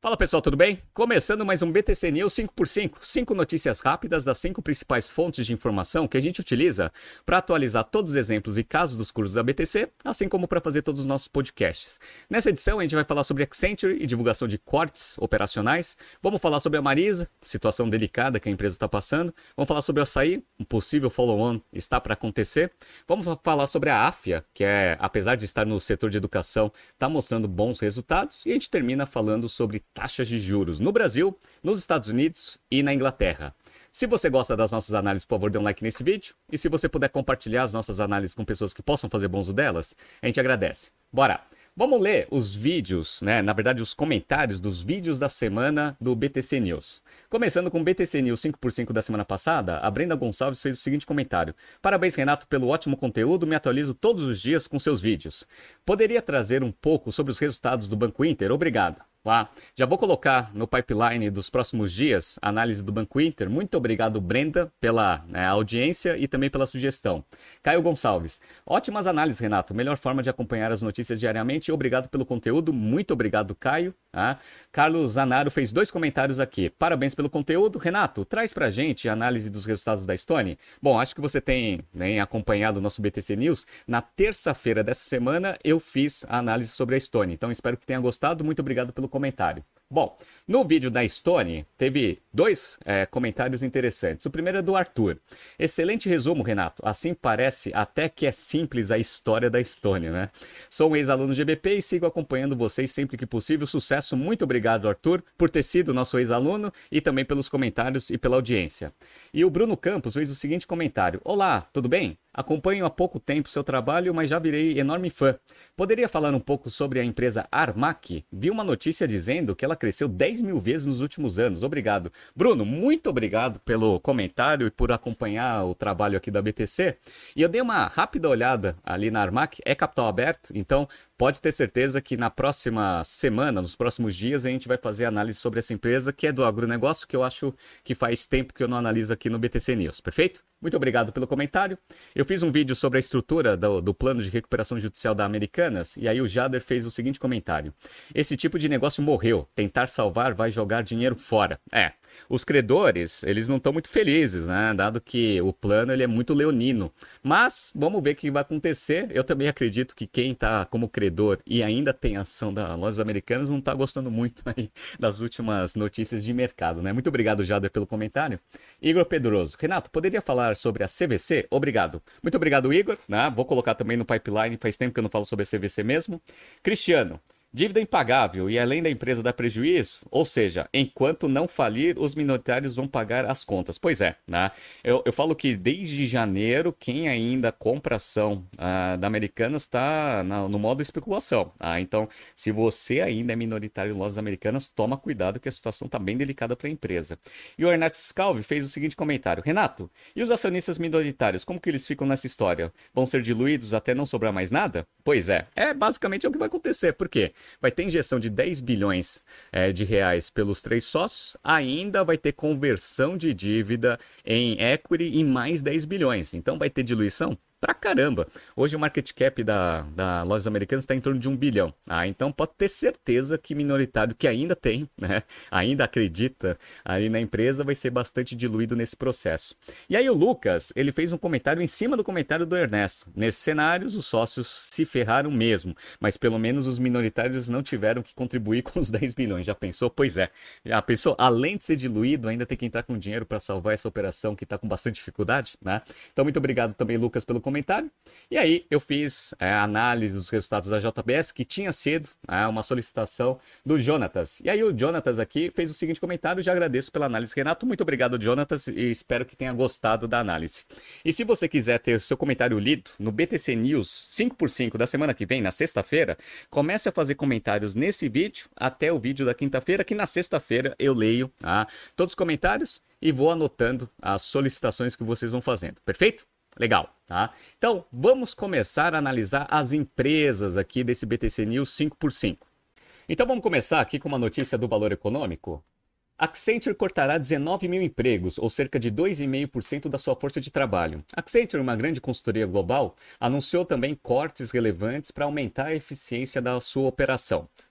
Fala pessoal, tudo bem? Começando mais um BTC News 5x5, 5 notícias rápidas das 5 principais fontes de informação que a gente utiliza para atualizar todos os exemplos e casos dos cursos da BTC, assim como para fazer todos os nossos podcasts. Nessa edição a gente vai falar sobre Accenture e divulgação de cortes operacionais, vamos falar sobre a Marisa, situação delicada que a empresa está passando, vamos falar sobre o Açaí, um possível follow-on está para acontecer, vamos falar sobre a Afya, que apesar de estar no setor de educação, está mostrando bons resultados, e a gente termina falando sobre taxas de juros no Brasil, nos Estados Unidos e na Inglaterra. Se você gosta das nossas análises, por favor, dê um like nesse vídeo. E se você puder compartilhar as nossas análises com pessoas que possam fazer bom uso delas, a gente agradece. Bora! Vamos ler os vídeos, na verdade os comentários dos vídeos da semana do BTC News. Começando com o BTC News 5x5 da semana passada, a Brenda Gonçalves fez o seguinte comentário. Parabéns, Renato, pelo ótimo conteúdo, me atualizo todos os dias com seus vídeos. Poderia trazer um pouco sobre os resultados do Banco Inter? Obrigado. Já vou colocar no pipeline dos próximos dias a análise do Banco Inter. Muito obrigado, Brenda, pela audiência e também pela sugestão. Caio Gonçalves. Ótimas análises, Renato. Melhor forma de acompanhar as notícias diariamente. Obrigado pelo conteúdo. Muito obrigado, Caio. Carlos Zanaro fez 2 comentários aqui. Parabéns pelo conteúdo. Renato, traz pra gente a análise dos resultados da Stone. Bom, acho que você tem acompanhado o nosso BTC News. Na terça-feira dessa semana eu fiz a análise sobre a Stone. Então espero que tenha gostado. Muito obrigado pelo comentário. Bom, no vídeo da Stone teve 2 comentários interessantes. O primeiro é do Arthur. Excelente resumo, Renato. Assim parece até que é simples a história da Stone, né? Sou um ex-aluno GBP e sigo acompanhando vocês sempre que possível. Sucesso. Muito obrigado, Arthur, por ter sido nosso ex-aluno e também pelos comentários e pela audiência. E o Bruno Campos fez o seguinte comentário. Olá, tudo bem? Acompanho há pouco tempo seu trabalho, mas já virei enorme fã. Poderia falar um pouco sobre a empresa Armac? Vi uma notícia dizendo que ela cresceu 10 mil vezes nos últimos anos. Obrigado. Bruno, muito obrigado pelo comentário e por acompanhar o trabalho aqui da BTC. E eu dei uma rápida olhada ali na Armac, é capital aberto, então pode ter certeza que na próxima semana, nos próximos dias, a gente vai fazer análise sobre essa empresa, que é do agronegócio, que eu acho que faz tempo que eu não analiso aqui no BTC News, perfeito? Muito obrigado pelo comentário. Eu fiz um vídeo sobre a estrutura do plano de recuperação judicial da Americanas, e aí o Jader fez o seguinte comentário. Esse tipo de negócio morreu. Tentar salvar vai jogar dinheiro fora. Os credores, eles não estão muito felizes, né? Dado que o plano ele é muito leonino. Mas vamos ver o que vai acontecer. Eu também acredito que quem está como credor e ainda tem ação da Lojas Americanas não está gostando muito aí das últimas notícias de mercado, né? Muito obrigado, Jader, pelo comentário. Igor Pedroso. Renato, poderia falar sobre a CVC? Obrigado. Muito obrigado, Igor. Vou colocar também no pipeline, faz tempo que eu não falo sobre a CVC mesmo. Cristiano. Dívida impagável e além da empresa dar prejuízo, ou seja, enquanto não falir, os minoritários vão pagar as contas. Pois é, né? Eu falo que desde janeiro, quem ainda compra ação da Americanas está no modo especulação. Então, se você ainda é minoritário em Lojas Americanas, toma cuidado que a situação está bem delicada para a empresa. E o Ernesto Scalvi fez o seguinte comentário. Renato, e os acionistas minoritários, como que eles ficam nessa história? Vão ser diluídos até não sobrar mais nada? Pois é, basicamente o que vai acontecer. Por quê? Vai ter injeção de 10 bilhões de reais pelos 3 sócios, ainda vai ter conversão de dívida em equity em mais 10 bilhões. Então vai ter diluição pra caramba. Hoje o market cap da Lojas Americanas está em torno de 1 bilhão. Então pode ter certeza que minoritário que ainda tem, ainda acredita ali na empresa, vai ser bastante diluído nesse processo. E aí o Lucas, ele fez um comentário em cima do comentário do Ernesto. Nesses cenários, os sócios se ferraram mesmo, mas pelo menos os minoritários não tiveram que contribuir com os 10 bilhões. Já pensou? Pois é. Já pensou? Além de ser diluído, ainda tem que entrar com dinheiro para salvar essa operação que está com bastante dificuldade, né? Então muito obrigado também, Lucas, pelo comentário. E aí eu fiz a análise dos resultados da JBS, que tinha sido uma solicitação do Jonatas. E aí o Jonatas aqui fez o seguinte comentário, já agradeço pela análise, Renato. Muito obrigado, Jonatas, e espero que tenha gostado da análise. E se você quiser ter o seu comentário lido no BTC News 5x5 da semana que vem, na sexta-feira, comece a fazer comentários nesse vídeo até o vídeo da quinta-feira, que na sexta-feira eu leio todos os comentários e vou anotando as solicitações que vocês vão fazendo. Perfeito? Legal, tá? Então, vamos começar a analisar as empresas aqui desse BTC News 5x5. Então, vamos começar aqui com uma notícia do Valor Econômico. Accenture cortará 19 mil empregos, ou cerca de 2,5% da sua força de trabalho. Accenture, uma grande consultoria global, anunciou também cortes relevantes para aumentar a eficiência da sua operação.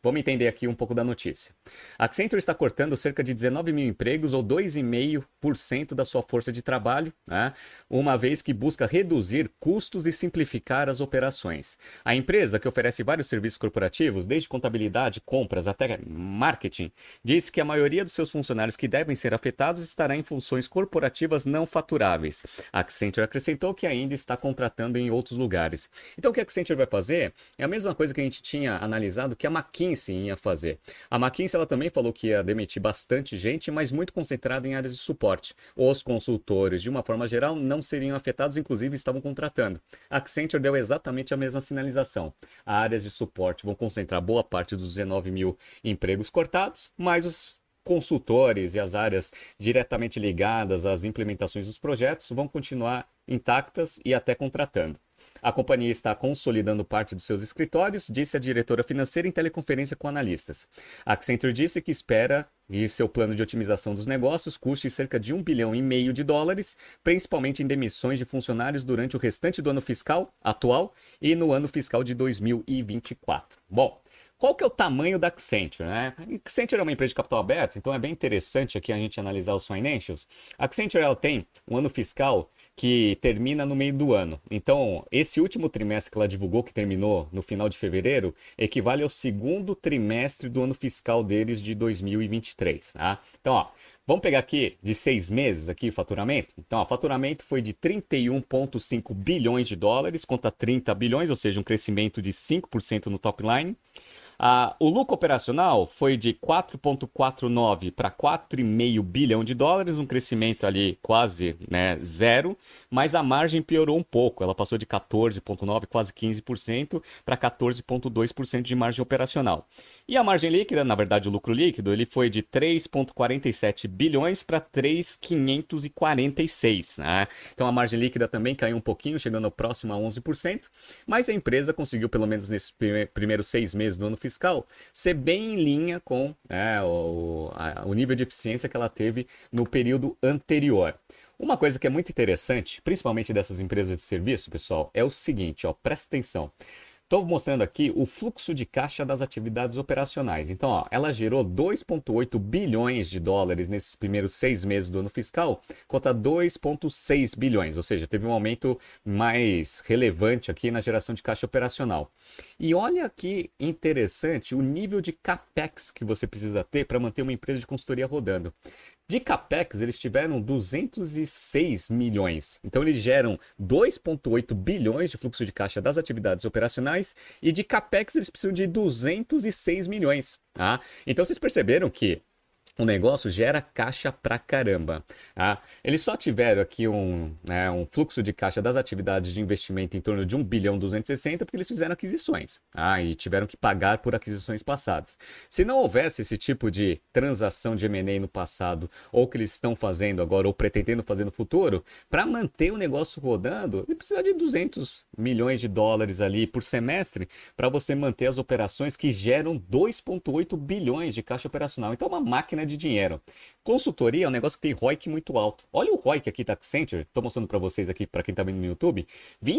Vamos entender aqui um pouco da notícia. A Accenture está cortando cerca de 19 mil empregos, ou 2,5% da sua força de trabalho, né? Uma vez que busca reduzir custos e simplificar as operações. A empresa, que oferece vários serviços corporativos, desde contabilidade, compras até marketing, disse que a maioria dos seus funcionários que devem ser afetados estará em funções corporativas não faturáveis. A Accenture acrescentou que ainda está contratando em outros lugares. Então, o que a Accenture vai fazer é a mesma coisa que a gente tinha analisado que a McKinsey ia fazer. A McKinsey ela também falou que ia demitir bastante gente, mas muito concentrada em áreas de suporte. Os consultores, de uma forma geral, não seriam afetados, inclusive estavam contratando. A Accenture deu exatamente a mesma sinalização. As áreas de suporte vão concentrar boa parte dos 19 mil empregos cortados, mas os consultores e as áreas diretamente ligadas às implementações dos projetos vão continuar intactas e até contratando. A companhia está consolidando parte dos seus escritórios, disse a diretora financeira em teleconferência com analistas. A Accenture disse que espera que seu plano de otimização dos negócios custe cerca de 1,5 bilhão de dólares, principalmente em demissões de funcionários durante o restante do ano fiscal atual e no ano fiscal de 2024. Bom, qual que é o tamanho da Accenture, né? A Accenture é uma empresa de capital aberto, então é bem interessante aqui a gente analisar os financials. A Accenture ela tem um ano fiscal que termina no meio do ano. Então, esse último trimestre que ela divulgou, que terminou no final de fevereiro, equivale ao segundo trimestre do ano fiscal deles de 2023, tá? Então, ó, vamos pegar aqui de 6 meses aqui o faturamento. Então, o faturamento foi de 31,5 bilhões de dólares contra 30 bilhões, ou seja, um crescimento de 5% no top line. O lucro operacional foi de 4,49 para 4,5 bilhão de dólares, um crescimento ali quase zero, mas a margem piorou um pouco, ela passou de 14,9, quase 15%, para 14,2% de margem operacional. E a margem líquida, na verdade o lucro líquido, ele foi de 3,47 bilhões para 3,546, né? Então a margem líquida também caiu um pouquinho, chegando próximo a 11%, mas a empresa conseguiu, pelo menos nesses primeiros 6 meses do ano fiscal, ser bem em linha com o nível de eficiência que ela teve no período anterior. Uma coisa que é muito interessante, principalmente dessas empresas de serviço, pessoal, é o seguinte, ó, presta atenção. Estou mostrando aqui o fluxo de caixa das atividades operacionais. Então, ó, ela gerou 2,8 bilhões de dólares nesses primeiros 6 meses do ano fiscal, contra 2,6 bilhões, ou seja, teve um aumento mais relevante aqui na geração de caixa operacional. E olha que interessante o nível de CAPEX que você precisa ter para manter uma empresa de consultoria rodando. De CAPEX, eles tiveram 206 milhões. Então, eles geram 2,8 bilhões de fluxo de caixa das atividades operacionais e de CAPEX eles precisam de 206 milhões. Tá? Então, vocês perceberam que o negócio gera caixa pra caramba. Tá? Eles só tiveram aqui um fluxo de caixa das atividades de investimento em torno de 1 bilhão 260 porque eles fizeram aquisições e tiveram que pagar por aquisições passadas. Se não houvesse esse tipo de transação de M&A no passado, ou que eles estão fazendo agora, ou pretendendo fazer no futuro, para manter o negócio rodando, ele precisa de 200 milhões de dólares ali por semestre para você manter as operações que geram 2,8 bilhões de caixa operacional. Então, é uma máquina de dinheiro. Consultoria é um negócio que tem ROIC muito alto. Olha o ROIC aqui da Accenture, estou mostrando para vocês aqui, para quem está vendo no YouTube,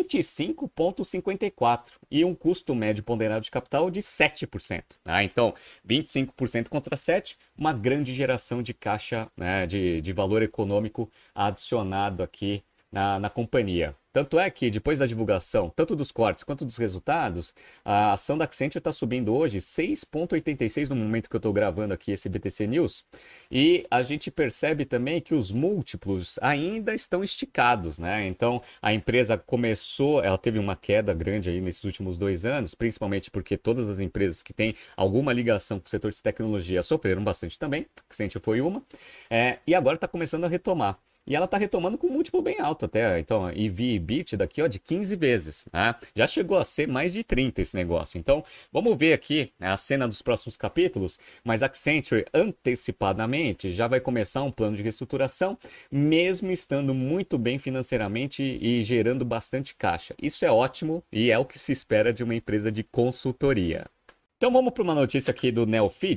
25,54 e um custo médio ponderado de capital de 7%. Tá? Então, 25% contra 7%, uma grande geração de caixa, de valor econômico adicionado aqui na companhia. Tanto é que depois da divulgação, tanto dos cortes quanto dos resultados, a ação da Accenture está subindo hoje 6,86 no momento que eu estou gravando aqui esse BTC News. E a gente percebe também que os múltiplos ainda estão esticados, né? Então a empresa começou, ela teve uma queda grande aí nesses últimos 2 anos, principalmente porque todas as empresas que têm alguma ligação com o setor de tecnologia sofreram bastante também. A Accenture foi uma. E agora está começando a retomar. E ela está retomando com um múltiplo bem alto até. Então, EV/EBITDA daqui, ó, de 15 vezes. Né? Já chegou a ser mais de 30 esse negócio. Então, vamos ver aqui a cena dos próximos capítulos. Mas a Accenture, antecipadamente, já vai começar um plano de reestruturação, mesmo estando muito bem financeiramente e gerando bastante caixa. Isso é ótimo e é o que se espera de uma empresa de consultoria. Então, vamos para uma notícia aqui do Neofeed.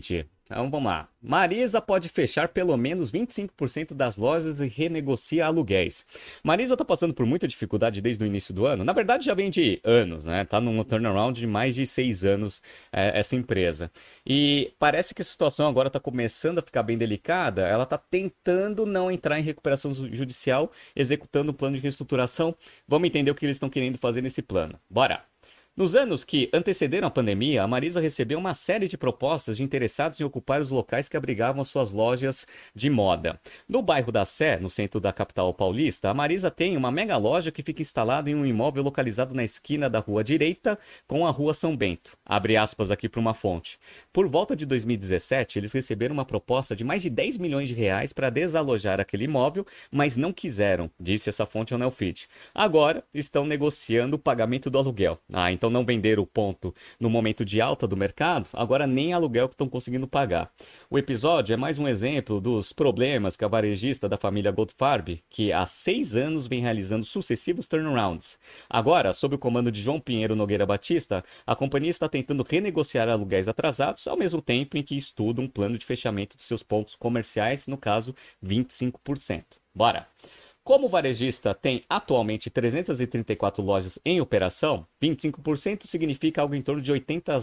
Então vamos lá. Marisa pode fechar pelo menos 25% das lojas e renegocia aluguéis. Marisa está passando por muita dificuldade desde o início do ano. Na verdade, já vem de anos, né? Tá num turnaround de mais de 6 anos essa empresa. E parece que a situação agora está começando a ficar bem delicada. Ela está tentando não entrar em recuperação judicial, executando um plano de reestruturação. Vamos entender o que eles estão querendo fazer nesse plano. Bora! Nos anos que antecederam a pandemia, a Marisa recebeu uma série de propostas de interessados em ocupar os locais que abrigavam suas lojas de moda. No bairro da Sé, no centro da capital paulista, a Marisa tem uma mega loja que fica instalada em um imóvel localizado na esquina da rua direita com a rua São Bento. Abre aspas aqui para uma fonte. Por volta de 2017, eles receberam uma proposta de mais de 10 milhões de reais para desalojar aquele imóvel, mas não quiseram, disse essa fonte ao Neofeed. Agora estão negociando o pagamento do aluguel. Então não venderam o ponto no momento de alta do mercado, agora nem aluguel que estão conseguindo pagar. O episódio é mais um exemplo dos problemas que a varejista da família Goldfarb, que há 6 anos vem realizando sucessivos turnarounds. Agora, sob o comando de João Pinheiro Nogueira Batista, a companhia está tentando renegociar aluguéis atrasados, ao mesmo tempo em que estuda um plano de fechamento de seus pontos comerciais, no caso, 25%. Bora! Como o varejista tem atualmente 334 lojas em operação, 25% significa algo em torno de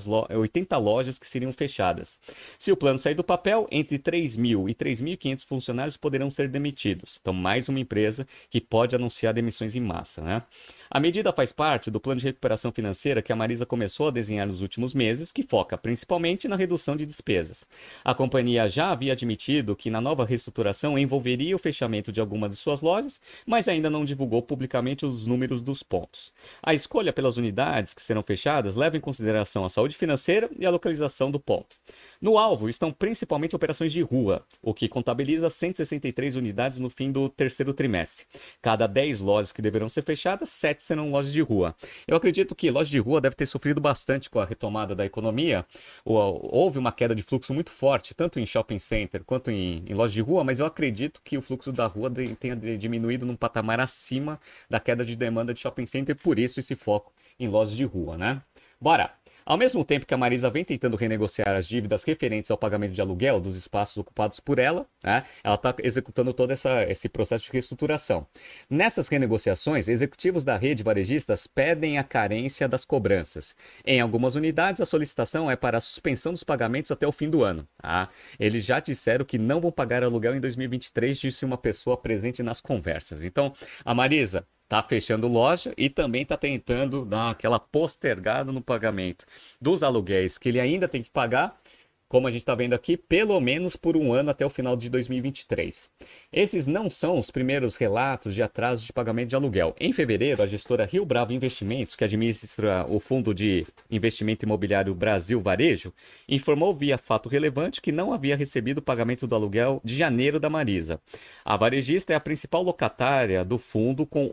80 lojas que seriam fechadas. Se o plano sair do papel, entre 3.000 e 3.500 funcionários poderão ser demitidos. Então, mais uma empresa que pode anunciar demissões em massa, né? A medida faz parte do plano de recuperação financeira que a Marisa começou a desenhar nos últimos meses, que foca principalmente na redução de despesas. A companhia já havia admitido que na nova reestruturação envolveria o fechamento de algumas de suas lojas, mas ainda não divulgou publicamente os números dos pontos. A escolha pelas unidades que serão fechadas leva em consideração a saúde financeira e a localização do ponto. No alvo estão principalmente operações de rua, o que contabiliza 163 unidades no fim do terceiro trimestre. Cada 10 lojas que deverão ser fechadas, 7 serão lojas de rua. Eu acredito que loja de rua deve ter sofrido bastante com a retomada da economia. Houve uma queda de fluxo muito forte, tanto em shopping center quanto em loja de rua, mas eu acredito que o fluxo da rua tenha diminuído num patamar acima da queda de demanda de shopping center, por isso esse foco em lojas de rua, né? Bora! Ao mesmo tempo que a Marisa vem tentando renegociar as dívidas referentes ao pagamento de aluguel dos espaços ocupados por ela, né, ela está executando todo esse processo de reestruturação. Nessas renegociações, executivos da rede varejistas pedem a carência das cobranças. Em algumas unidades, a solicitação é para a suspensão dos pagamentos até o fim do ano. Eles já disseram que não vão pagar aluguel em 2023, disse uma pessoa presente nas conversas. Então, a Marisa está fechando loja e também está tentando dar aquela postergada no pagamento dos aluguéis que ele ainda tem que pagar, como a gente está vendo aqui, pelo menos por um ano até o final de 2023. Esses não são os primeiros relatos de atraso de pagamento de aluguel. Em fevereiro, a gestora Rio Bravo Investimentos, que administra o Fundo de Investimento Imobiliário Brasil Varejo, informou via fato relevante que não havia recebido o pagamento do aluguel de janeiro da Marisa. A varejista é a principal locatária do fundo, com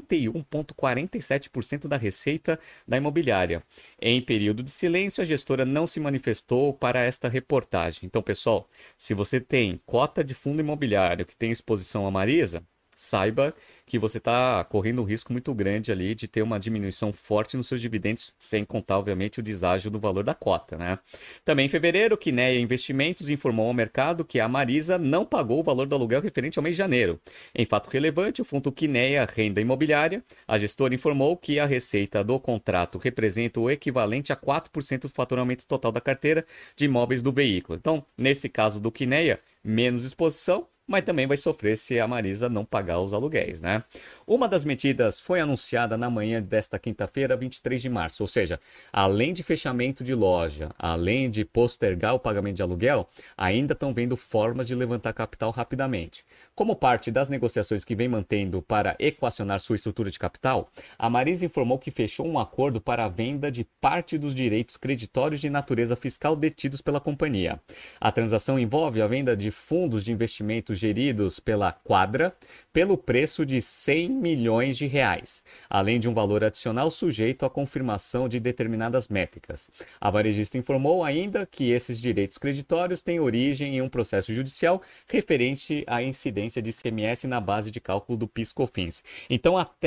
81,47% da receita da imobiliária. Em período de silêncio, a gestora não se manifestou para esta reportagem. Então, pessoal, se você tem cota de fundo imobiliário que tem exposição à Marisa, saiba que você está correndo um risco muito grande ali de ter uma diminuição forte nos seus dividendos, sem contar, obviamente, o deságio do valor da cota, né? Também em fevereiro, Quineia Investimentos informou ao mercado que a Marisa não pagou o valor do aluguel referente ao mês de janeiro. Em fato relevante, o fundo Quineia Renda Imobiliária, a gestora informou que a receita do contrato representa o equivalente a 4% do faturamento total da carteira de imóveis do veículo. Então, nesse caso do Quineia, menos exposição, mas também vai sofrer se a Marisa não pagar os aluguéis, né? Uma das medidas foi anunciada na manhã desta quinta-feira, 23 de março, ou seja, além de fechamento de loja, além de postergar o pagamento de aluguel, ainda estão vendo formas de levantar capital rapidamente. Como parte das negociações que vem mantendo para equacionar sua estrutura de capital, a Marisa informou que fechou um acordo para a venda de parte dos direitos creditórios de natureza fiscal detidos pela companhia. A transação envolve a venda de fundos de investimento geridos pela Quadra pelo preço de 100 milhões de reais, além de um valor adicional sujeito à confirmação de determinadas métricas. A varejista informou ainda que esses direitos creditórios têm origem em um processo judicial referente à incidência de ICMS na base de cálculo do PIS/COFINS. Então, até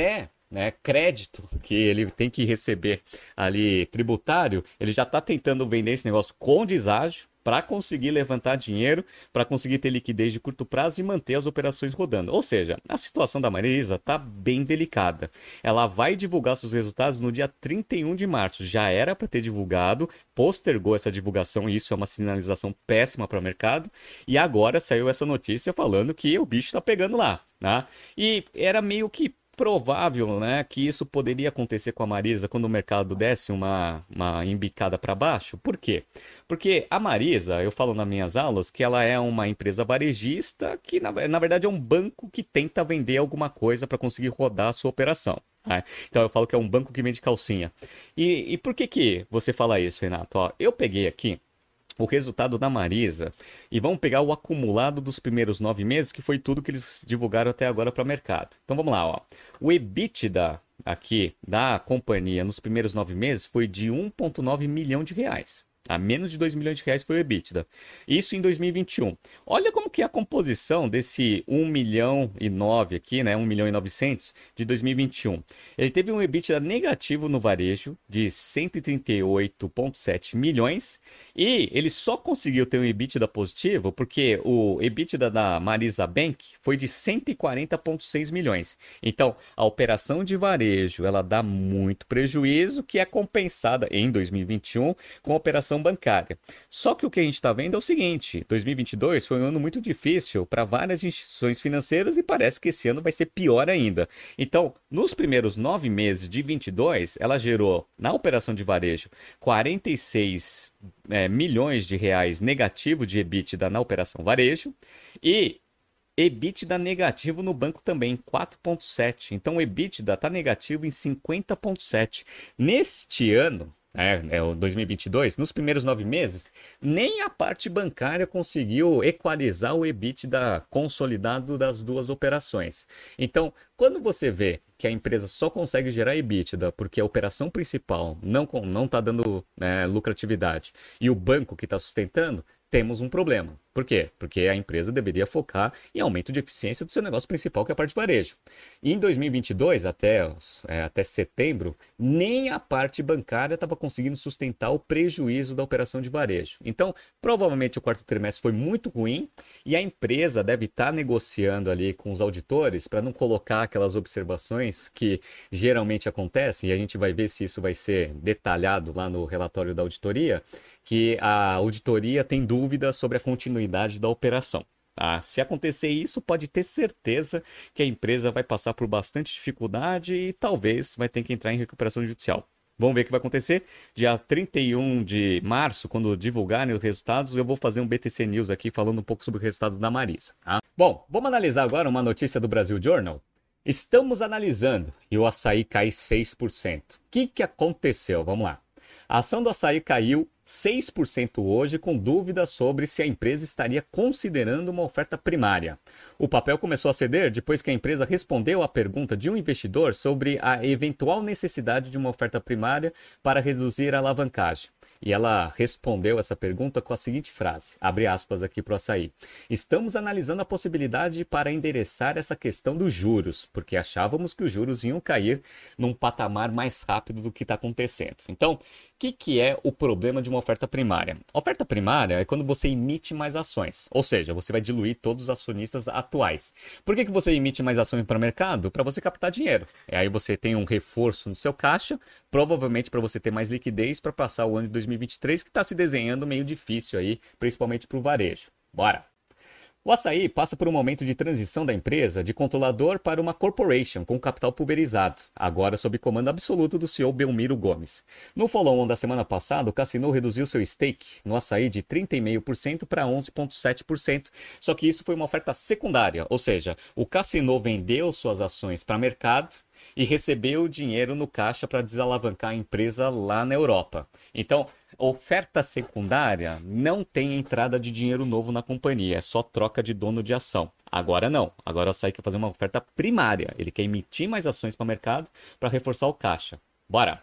né, crédito que ele tem que receber ali tributário, ele já está tentando vender esse negócio com deságio para conseguir levantar dinheiro, para conseguir ter liquidez de curto prazo e manter as operações rodando. Ou seja, a situação da Marisa está bem delicada. Ela vai divulgar seus resultados no dia 31 de março. Já era para ter divulgado, postergou essa divulgação, e isso é uma sinalização péssima para o mercado. E agora saiu essa notícia falando que o bicho está pegando lá, né? E era meio que provável, né, que isso poderia acontecer com a Marisa quando o mercado desse uma embicada para baixo. Por quê? Porque a Marisa, eu falo nas minhas aulas que ela é uma empresa varejista que, na verdade, é um banco que tenta vender alguma coisa para conseguir rodar a sua operação. Né? Então eu falo que é um banco que vende calcinha. E por que você fala isso, Renato? Ó, eu peguei aqui o resultado da Marisa e vamos pegar o acumulado dos primeiros 9 meses, que foi tudo que eles divulgaram até agora para o mercado. Então vamos lá, ó. O EBITDA aqui da companhia nos primeiros 9 meses foi de 1,9 milhão de reais. A menos de 2 milhões de reais foi o EBITDA. Isso em 2021. Olha como que é a composição desse 1 milhão e 9 aqui, né? 1 milhão e 900 de 2021. Ele teve um EBITDA negativo no varejo de 138,7 milhões e ele só conseguiu ter um EBITDA positivo porque o EBITDA da Marisa Bank foi de 140,6 milhões. Então, a operação de varejo, ela dá muito prejuízo que é compensada em 2021 com a operação bancária. Só que o que a gente está vendo é o seguinte: 2022 foi um ano muito difícil para várias instituições financeiras e parece que esse ano vai ser pior ainda. Então, nos primeiros 9 meses de 22, ela gerou na operação de varejo 46 milhões de reais negativo de EBITDA na operação varejo e EBITDA negativo no banco também, 4,7. Então o EBITDA está negativo em 50,7. Neste ano, o 2022, nos primeiros 9 meses, nem a parte bancária conseguiu equalizar o EBITDA consolidado das duas operações. Então, quando você vê que a empresa só consegue gerar EBITDA porque a operação principal não está dando lucratividade e o banco que está sustentando, temos um problema. Por quê? Porque a empresa deveria focar em aumento de eficiência do seu negócio principal, que é a parte de varejo. E em 2022, até setembro, nem a parte bancária estava conseguindo sustentar o prejuízo da operação de varejo. Então, provavelmente o quarto trimestre foi muito ruim e a empresa deve estar negociando ali com os auditores para não colocar aquelas observações que geralmente acontecem, e a gente vai ver se isso vai ser detalhado lá no relatório da auditoria, que a auditoria tem dúvidas sobre a continuidade da operação. Tá? Se acontecer isso, pode ter certeza que a empresa vai passar por bastante dificuldade e talvez vai ter que entrar em recuperação judicial. Vamos ver o que vai acontecer. Dia 31 de março, quando divulgarem os resultados, eu vou fazer um BTC News aqui falando um pouco sobre o resultado da Marisa. Tá? Bom, vamos analisar agora uma notícia do Brasil Journal. Estamos analisando e o açaí cai 6%. O que aconteceu? Vamos lá. A ação do açaí caiu 6% hoje, com dúvidas sobre se a empresa estaria considerando uma oferta primária. O papel começou a ceder depois que a empresa respondeu à pergunta de um investidor sobre a eventual necessidade de uma oferta primária para reduzir a alavancagem. E ela respondeu essa pergunta com a seguinte frase, abre aspas aqui para o açaí: estamos analisando a possibilidade para endereçar essa questão dos juros, porque achávamos que os juros iam cair num patamar mais rápido do que está acontecendo. Então, o que é o problema de uma oferta primária? A oferta primária é quando você emite mais ações, ou seja, você vai diluir todos os acionistas atuais. Por que você emite mais ações para o mercado? Para você captar dinheiro. E aí você tem um reforço no seu caixa, provavelmente para você ter mais liquidez para passar o ano de 2023, que está se desenhando meio difícil aí, principalmente para o varejo. Bora! O açaí passa por um momento de transição da empresa de controlador para uma corporation com capital pulverizado, agora sob comando absoluto do CEO Belmiro Gomes. No follow-on da semana passada, o Casino reduziu seu stake no açaí de 30,5% para 11,7%, só que isso foi uma oferta secundária, ou seja, o Casino vendeu suas ações para mercado e recebeu o dinheiro no caixa para desalavancar a empresa lá na Europa. Então, oferta secundária não tem entrada de dinheiro novo na companhia, é só troca de dono de ação. Agora não, agora o açaí quer fazer uma oferta primária, ele quer emitir mais ações para o mercado para reforçar o caixa. Bora!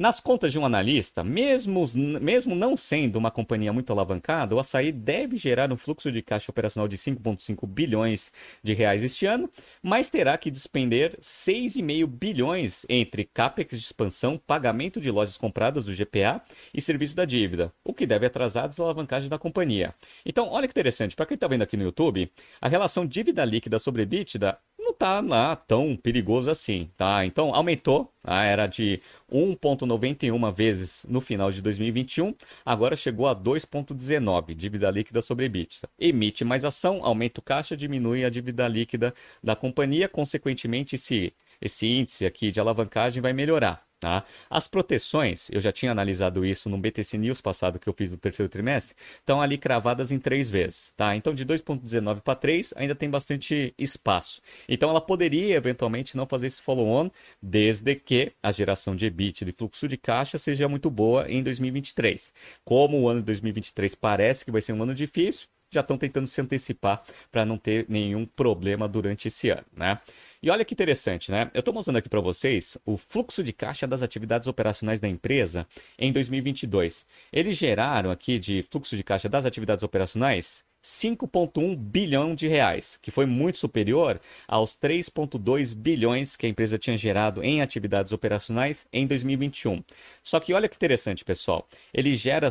Nas contas de um analista, mesmo não sendo uma companhia muito alavancada, o Assaí deve gerar um fluxo de caixa operacional de 5,5 bilhões de reais este ano, mas terá que despender 6,5 bilhões entre CAPEX de expansão, pagamento de lojas compradas do GPA e serviço da dívida, o que deve atrasar a desalavancagem da companhia. Então, olha que interessante, para quem está vendo aqui no YouTube, a relação dívida líquida sobre EBITDA não está lá tão perigoso assim, tá? Então, aumentou, era de 1,91 vezes no final de 2021, agora chegou a 2,19, dívida líquida sobre EBITDA. Emite mais ação, aumenta o caixa, diminui a dívida líquida da companhia, consequentemente, esse índice aqui de alavancagem vai melhorar. Tá? As proteções, eu já tinha analisado isso no BTC News passado que eu fiz no terceiro trimestre, estão ali cravadas em 3 vezes. Tá? Então, de 2,19 para 3, ainda tem bastante espaço. Então, ela poderia eventualmente não fazer esse follow-on, desde que a geração de EBITDA e fluxo de caixa seja muito boa em 2023. Como o ano de 2023 parece que vai ser um ano difícil, já estão tentando se antecipar para não ter nenhum problema durante esse ano, né? E olha que interessante, né? Eu estou mostrando aqui para vocês o fluxo de caixa das atividades operacionais da empresa em 2022. Eles geraram aqui de fluxo de caixa das atividades operacionais 5,1 bilhão de reais, que foi muito superior aos 3,2 bilhões que a empresa tinha gerado em atividades operacionais em 2021. Só que olha que interessante, pessoal. Ele gera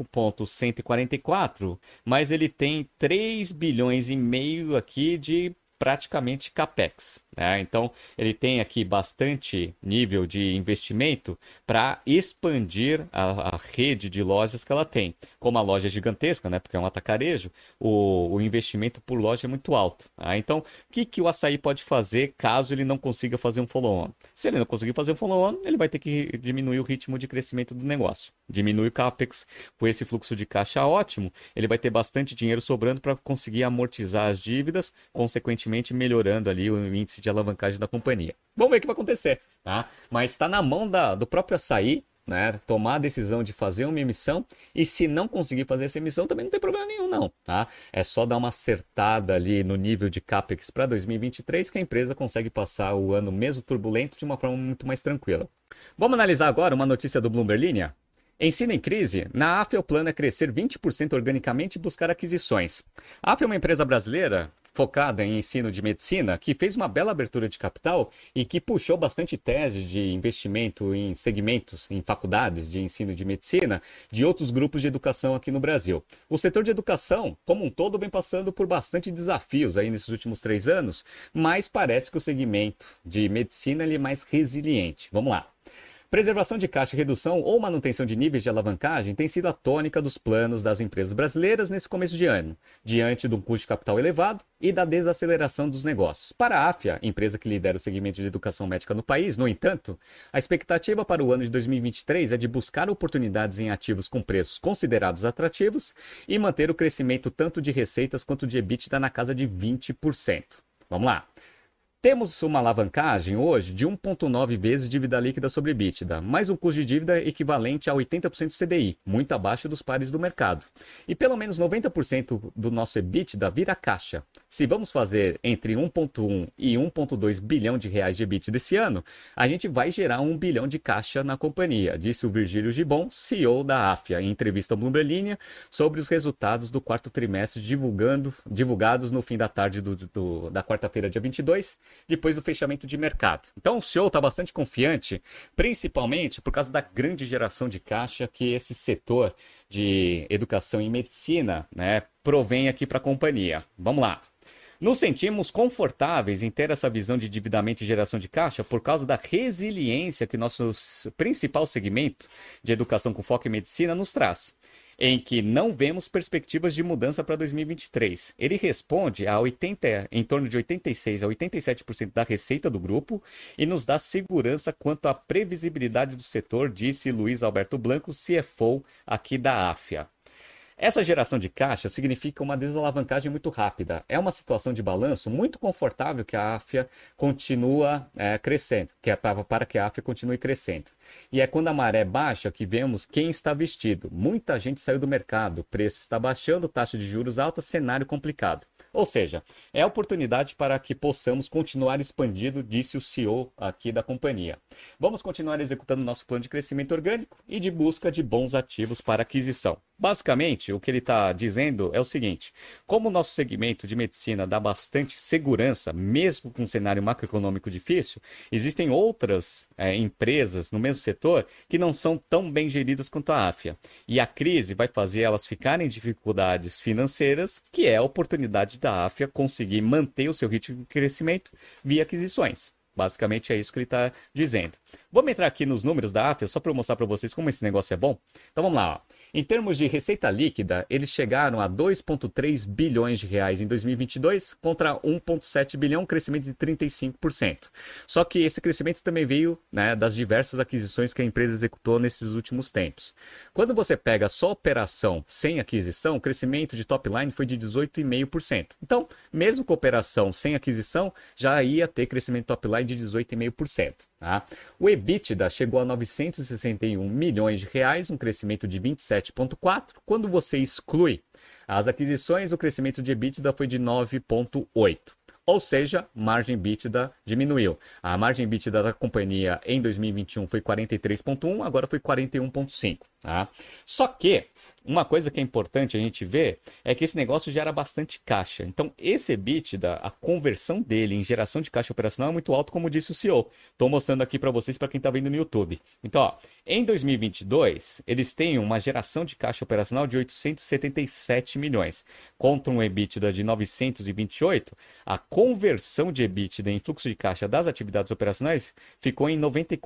5,144, mas ele tem 3 bilhões e meio aqui de praticamente CAPEX. Né? Então, ele tem aqui bastante nível de investimento para expandir a rede de lojas que ela tem. Como a loja é gigantesca, né? Porque é um atacarejo, o investimento por loja é muito alto. Tá? Então, o que o Assaí pode fazer caso ele não consiga fazer um follow-on? Se ele não conseguir fazer um follow-on, ele vai ter que diminuir o ritmo de crescimento do negócio. Diminui o CAPEX com esse fluxo de caixa ótimo, ele vai ter bastante dinheiro sobrando para conseguir amortizar as dívidas, consequentemente melhorando ali o índice de alavancagem da companhia. Vamos ver o que vai acontecer, tá? Mas está na mão do próprio Assaí, né, tomar a decisão de fazer uma emissão, e se não conseguir fazer essa emissão também não tem problema nenhum não, tá? É só dar uma acertada ali no nível de CAPEX para 2023 que a empresa consegue passar o ano mesmo turbulento de uma forma muito mais tranquila. Vamos analisar agora uma notícia do Bloomberg Linha? Ensino em crise, na AFIA o plano é crescer 20% organicamente e buscar aquisições. A AFIA é uma empresa brasileira focada em ensino de medicina, que fez uma bela abertura de capital e que puxou bastante tese de investimento em segmentos, em faculdades de ensino de medicina, de outros grupos de educação aqui no Brasil. O setor de educação, como um todo, vem passando por bastante desafios aí nesses últimos 3 anos, mas parece que o segmento de medicina ele é mais resiliente. Vamos lá. Preservação de caixa, redução ou manutenção de níveis de alavancagem tem sido a tônica dos planos das empresas brasileiras nesse começo de ano, diante de um custo de capital elevado e da desaceleração dos negócios. Para a AFIA, empresa que lidera o segmento de educação médica no país, no entanto, a expectativa para o ano de 2023 é de buscar oportunidades em ativos com preços considerados atrativos e manter o crescimento tanto de receitas quanto de EBITDA na casa de 20%. Vamos lá. Temos uma alavancagem hoje de 1,9 vezes dívida líquida sobre EBITDA, mais um custo de dívida equivalente a 80% do CDI, muito abaixo dos pares do mercado. E pelo menos 90% do nosso EBITDA vira caixa. Se vamos fazer entre 1,1 e 1,2 bilhão de reais de EBITDA desse ano, a gente vai gerar 1 bilhão de caixa na companhia, disse o Virgílio Gibbon, CEO da AFIA, em entrevista ao Bloomberg Linha, sobre os resultados do quarto trimestre divulgados no fim da tarde da quarta-feira, dia 22, depois do fechamento de mercado. Então o CEO está bastante confiante, principalmente por causa da grande geração de caixa que esse setor de educação e medicina, né, provém aqui para a companhia. Vamos lá. Nos sentimos confortáveis em ter essa visão de endividamento e geração de caixa por causa da resiliência que nosso principal segmento de educação com foco em medicina nos traz, em que não vemos perspectivas de mudança para 2023. Ele responde a em torno de 86% a 87% da receita do grupo e nos dá segurança quanto à previsibilidade do setor, disse Luiz Alberto Blanco, CFO aqui da AFIA. Essa geração de caixa significa uma desalavancagem muito rápida. É uma situação de balanço muito confortável que a AFIA continua crescendo, que é para que a AFIA continue crescendo. E é quando a maré baixa que vemos quem está vestido. Muita gente saiu do mercado, o preço está baixando, taxa de juros alta, cenário complicado. Ou seja, é oportunidade para que possamos continuar expandindo, disse o CEO aqui da companhia. Vamos continuar executando nosso plano de crescimento orgânico e de busca de bons ativos para aquisição. Basicamente, o que ele está dizendo é o seguinte: como o nosso segmento de medicina dá bastante segurança, mesmo com um cenário macroeconômico difícil, existem outras empresas no mesmo setor que não são tão bem geridas quanto a Afya. E a crise vai fazer elas ficarem em dificuldades financeiras, que é a oportunidade da Afya conseguir manter o seu ritmo de crescimento via aquisições. Basicamente é isso que ele está dizendo. Vamos entrar aqui nos números da Afya, só para eu mostrar para vocês como esse negócio é bom. Então vamos lá. Ó. Em termos de receita líquida, eles chegaram a 2,3 bilhões de reais em 2022 contra 1,7 bilhão, crescimento de 35%. Só que esse crescimento também veio, né, das diversas aquisições que a empresa executou nesses últimos tempos. Quando você pega só a operação sem aquisição, o crescimento de top line foi de 18,5%. Então, mesmo com a operação sem aquisição, já ia ter crescimento top line de 18,5%. Tá? O EBITDA chegou a 961 milhões de reais, um crescimento de 27,4%. Quando você exclui as aquisições, o crescimento de EBITDA foi de 9,8%. Ou seja, margem EBITDA diminuiu. A margem EBITDA da companhia em 2021 foi 43,1%, agora foi 41,5%. Tá? Só que uma coisa que é importante a gente ver é que esse negócio gera bastante caixa. Então, esse EBITDA, a conversão dele em geração de caixa operacional é muito alto, como disse o CEO. Estou mostrando aqui para vocês, para quem está vendo no YouTube. Então, ó, em 2022, eles têm uma geração de caixa operacional de 877 milhões. Contra um EBITDA de 928, a conversão de EBITDA em fluxo de caixa das atividades operacionais ficou em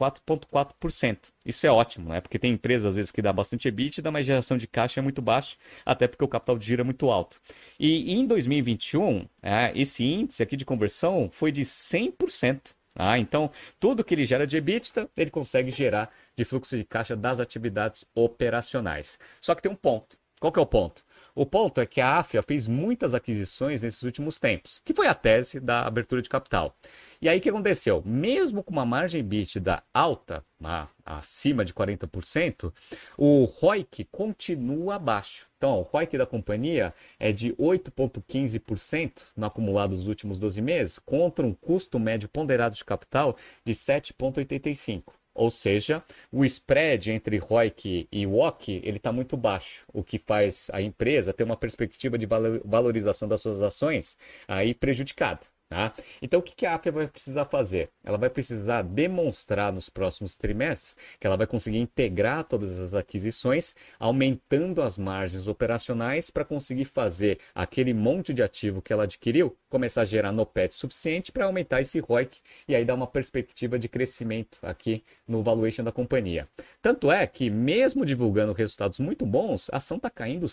94,4%. Isso é ótimo, né? Porque tem empresas, às vezes, que dá bastante EBITDA, mas a geração de caixa é muito baixa, até porque o capital de giro é muito alto. E em 2021, esse índice aqui de conversão foi de 100%. Então, tudo que ele gera de EBITDA, ele consegue gerar de fluxo de caixa das atividades operacionais. Só que tem um ponto. Qual que é o ponto? O ponto é que a Afya fez muitas aquisições nesses últimos tempos, que foi a tese da abertura de capital. E aí o que aconteceu? Mesmo com uma margem EBITDA alta, acima de 40%, o ROIC continua baixo. Então, o ROIC da companhia é de 8,15% no acumulado dos últimos 12 meses, contra um custo médio ponderado de capital de 7,85%. Ou seja, o spread entre ROIC e WOC ele está muito baixo, o que faz a empresa ter uma perspectiva de valorização das suas ações aí prejudicada. Tá? Então, o que a Afya vai precisar fazer? Ela vai precisar demonstrar nos próximos trimestres que ela vai conseguir integrar todas as aquisições, aumentando as margens operacionais para conseguir fazer aquele monte de ativo que ela adquiriu começar a gerar NOPAT suficiente para aumentar esse ROIC e aí dar uma perspectiva de crescimento aqui no valuation da companhia. Tanto é que, mesmo divulgando resultados muito bons, a ação está caindo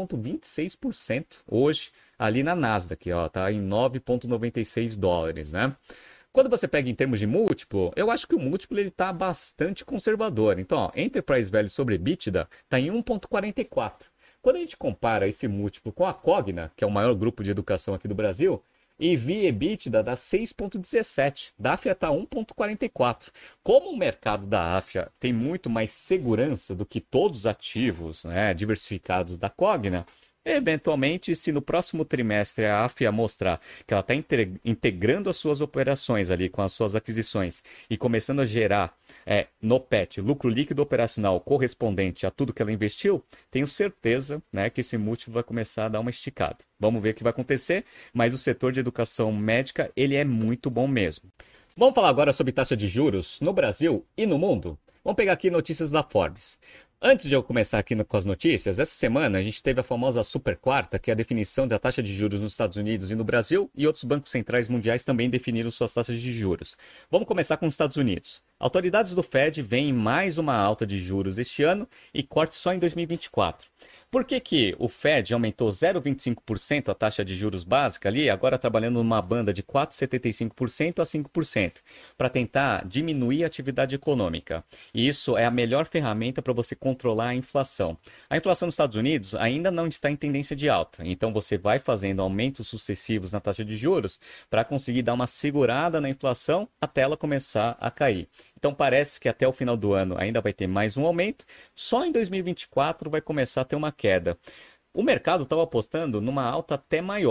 7,26% hoje, ali na Nasdaq, ó, tá em 9,96 dólares, né? Quando você pega em termos de múltiplo, eu acho que o múltiplo ele tá bastante conservador. Então, ó, Enterprise Value sobre EBITDA está em 1,44. Quando a gente compara esse múltiplo com a Cogna, que é o maior grupo de educação aqui do Brasil, EV/EBITDA dá 6,17. Da Afya está 1,44. Como o mercado da Afya tem muito mais segurança do que todos os ativos, né, diversificados da Cogna, eventualmente, se no próximo trimestre a Afya mostrar que ela está integrando as suas operações ali com as suas aquisições e começando a gerar NOPAT, lucro líquido operacional correspondente a tudo que ela investiu, tenho certeza, né, que esse múltiplo vai começar a dar uma esticada. Vamos ver o que vai acontecer, mas o setor de educação médica ele é muito bom mesmo. Vamos falar agora sobre taxa de juros no Brasil e no mundo? Vamos pegar aqui notícias da Forbes. Antes de eu começar aqui com as notícias, essa semana a gente teve a famosa super quarta, que é a definição da taxa de juros nos Estados Unidos e no Brasil, e outros bancos centrais mundiais também definiram suas taxas de juros. Vamos começar com os Estados Unidos. Autoridades do Fed veem mais uma alta de juros este ano e corte só em 2024. Por que o Fed aumentou 0,25% a taxa de juros básica ali, agora trabalhando numa banda de 4,75% a 5%, para tentar diminuir a atividade econômica? E isso é a melhor ferramenta para você controlar a inflação. A inflação nos Estados Unidos ainda não está em tendência de alta, então você vai fazendo aumentos sucessivos na taxa de juros para conseguir dar uma segurada na inflação até ela começar a cair. Então parece que até o final do ano ainda vai ter mais um aumento, só em 2024 vai começar a ter uma queda. O mercado estava apostando numa alta até maior,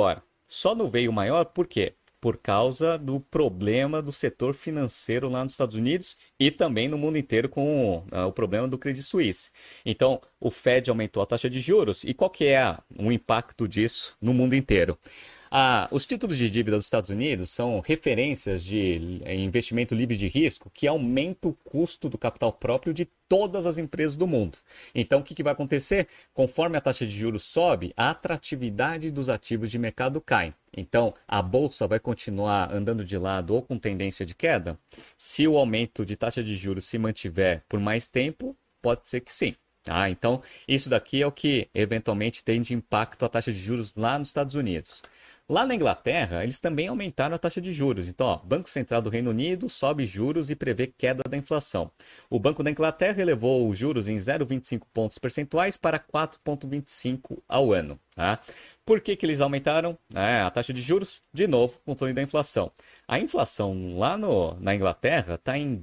Só não veio maior por quê? Por causa do problema do setor financeiro lá nos Estados Unidos e também no mundo inteiro com o problema do Credit Suisse. Então, o Fed aumentou a taxa de juros e qual que é o impacto disso no mundo inteiro? Os títulos de dívida dos Estados Unidos são referências de investimento livre de risco que aumenta o custo do capital próprio de todas as empresas do mundo. Então, o que vai acontecer? Conforme a taxa de juros sobe, a atratividade dos ativos de mercado cai. Então, a bolsa vai continuar andando de lado ou com tendência de queda? Se o aumento de taxa de juros se mantiver por mais tempo, pode ser que sim. Então, isso daqui é o que eventualmente tem de impacto a taxa de juros lá nos Estados Unidos. Lá na Inglaterra, eles também aumentaram a taxa de juros. Então, o Banco Central do Reino Unido sobe juros e prevê queda da inflação. O Banco da Inglaterra elevou os juros em 0,25 pontos percentuais para 4,25 ao ano. Por que eles aumentaram a taxa de juros? De novo, controle da inflação. A inflação lá na Inglaterra está em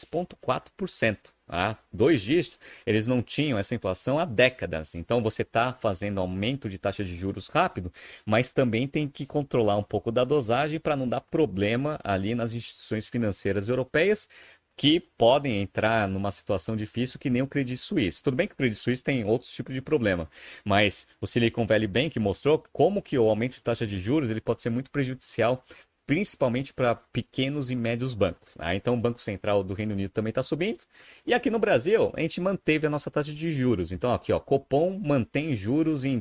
10,4%. 2 dígitos, eles não tinham essa inflação há décadas. Então, você está fazendo aumento de taxa de juros rápido, mas também tem que controlar um pouco da dosagem para não dar problema ali nas instituições financeiras europeias, que podem entrar numa situação difícil que nem o Credit Suisse. Tudo bem que o Credit Suisse tem outros tipos de problema, mas o Silicon Valley Bank mostrou como que o aumento de taxa de juros ele pode ser muito prejudicial, principalmente para pequenos e médios bancos. Então, o Banco Central do Reino Unido também está subindo. E aqui no Brasil, a gente manteve a nossa taxa de juros. Então, aqui, Copom mantém juros em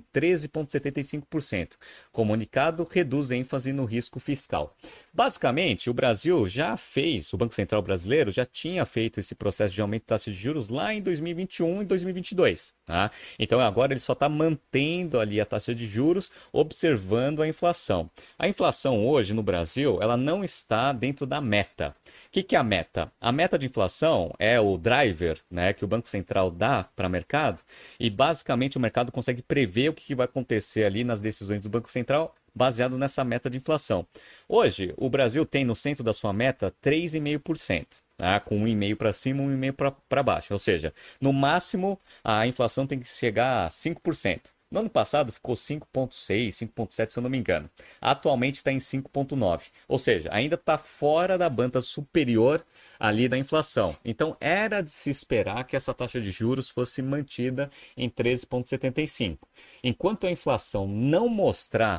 13,75%. Comunicado reduz ênfase no risco fiscal. Basicamente, o Brasil já fez, o Banco Central brasileiro já tinha feito esse processo de aumento de taxa de juros lá em 2021 e 2022. Então, agora ele só está mantendo ali a taxa de juros, observando a inflação. A inflação hoje no Brasil, ela não está dentro da meta. O que é a meta? A meta de inflação é o driver, que o Banco Central dá para o mercado e basicamente o mercado consegue prever o que vai acontecer ali nas decisões do Banco Central baseado nessa meta de inflação. Hoje, o Brasil tem no centro da sua meta 3,5%. Com 1,5% para cima e 1,5% para baixo. Ou seja, no máximo a inflação tem que chegar a 5%. No ano passado ficou 5,6%, 5,7%, se eu não me engano. Atualmente está em 5,9%. Ou seja, ainda está fora da banda superior ali da inflação. Então, era de se esperar que essa taxa de juros fosse mantida em 13,75%. Enquanto a inflação não mostrar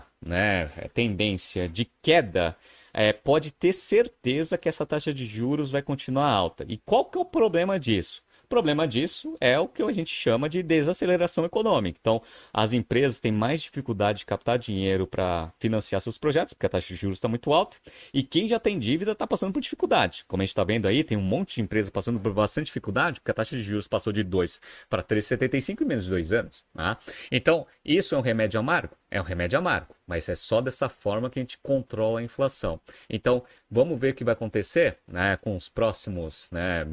tendência de queda, pode ter certeza que essa taxa de juros vai continuar alta. E qual que é o problema disso? O problema disso é o que a gente chama de desaceleração econômica. Então, as empresas têm mais dificuldade de captar dinheiro para financiar seus projetos, porque a taxa de juros está muito alta, e quem já tem dívida está passando por dificuldade. Como a gente está vendo aí, tem um monte de empresa passando por bastante dificuldade, porque a taxa de juros passou de 2 para 3,75 em menos de 2 anos. Então, isso é um remédio amargo? É um remédio amargo, mas é só dessa forma que a gente controla a inflação. Então, vamos ver o que vai acontecer com os próximos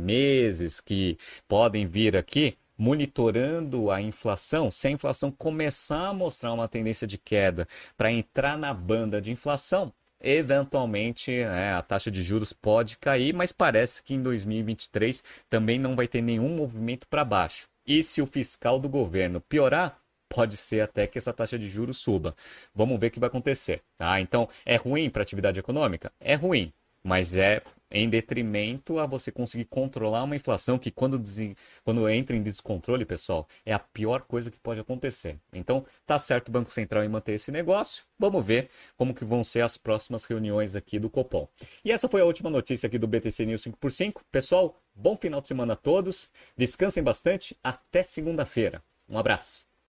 meses que podem vir aqui, monitorando a inflação. Se a inflação começar a mostrar uma tendência de queda para entrar na banda de inflação, eventualmente a taxa de juros pode cair, mas parece que em 2023 também não vai ter nenhum movimento para baixo. E se o fiscal do governo piorar, pode ser até que essa taxa de juros suba. Vamos ver o que vai acontecer. Então, é ruim para a atividade econômica? É ruim, mas é em detrimento a você conseguir controlar uma inflação que quando entra em descontrole, pessoal, é a pior coisa que pode acontecer. Então, tá certo o Banco Central em manter esse negócio. Vamos ver como que vão ser as próximas reuniões aqui do Copom. E essa foi a última notícia aqui do BTC News 5x5. Pessoal, bom final de semana a todos. Descansem bastante. Até segunda-feira. Um abraço.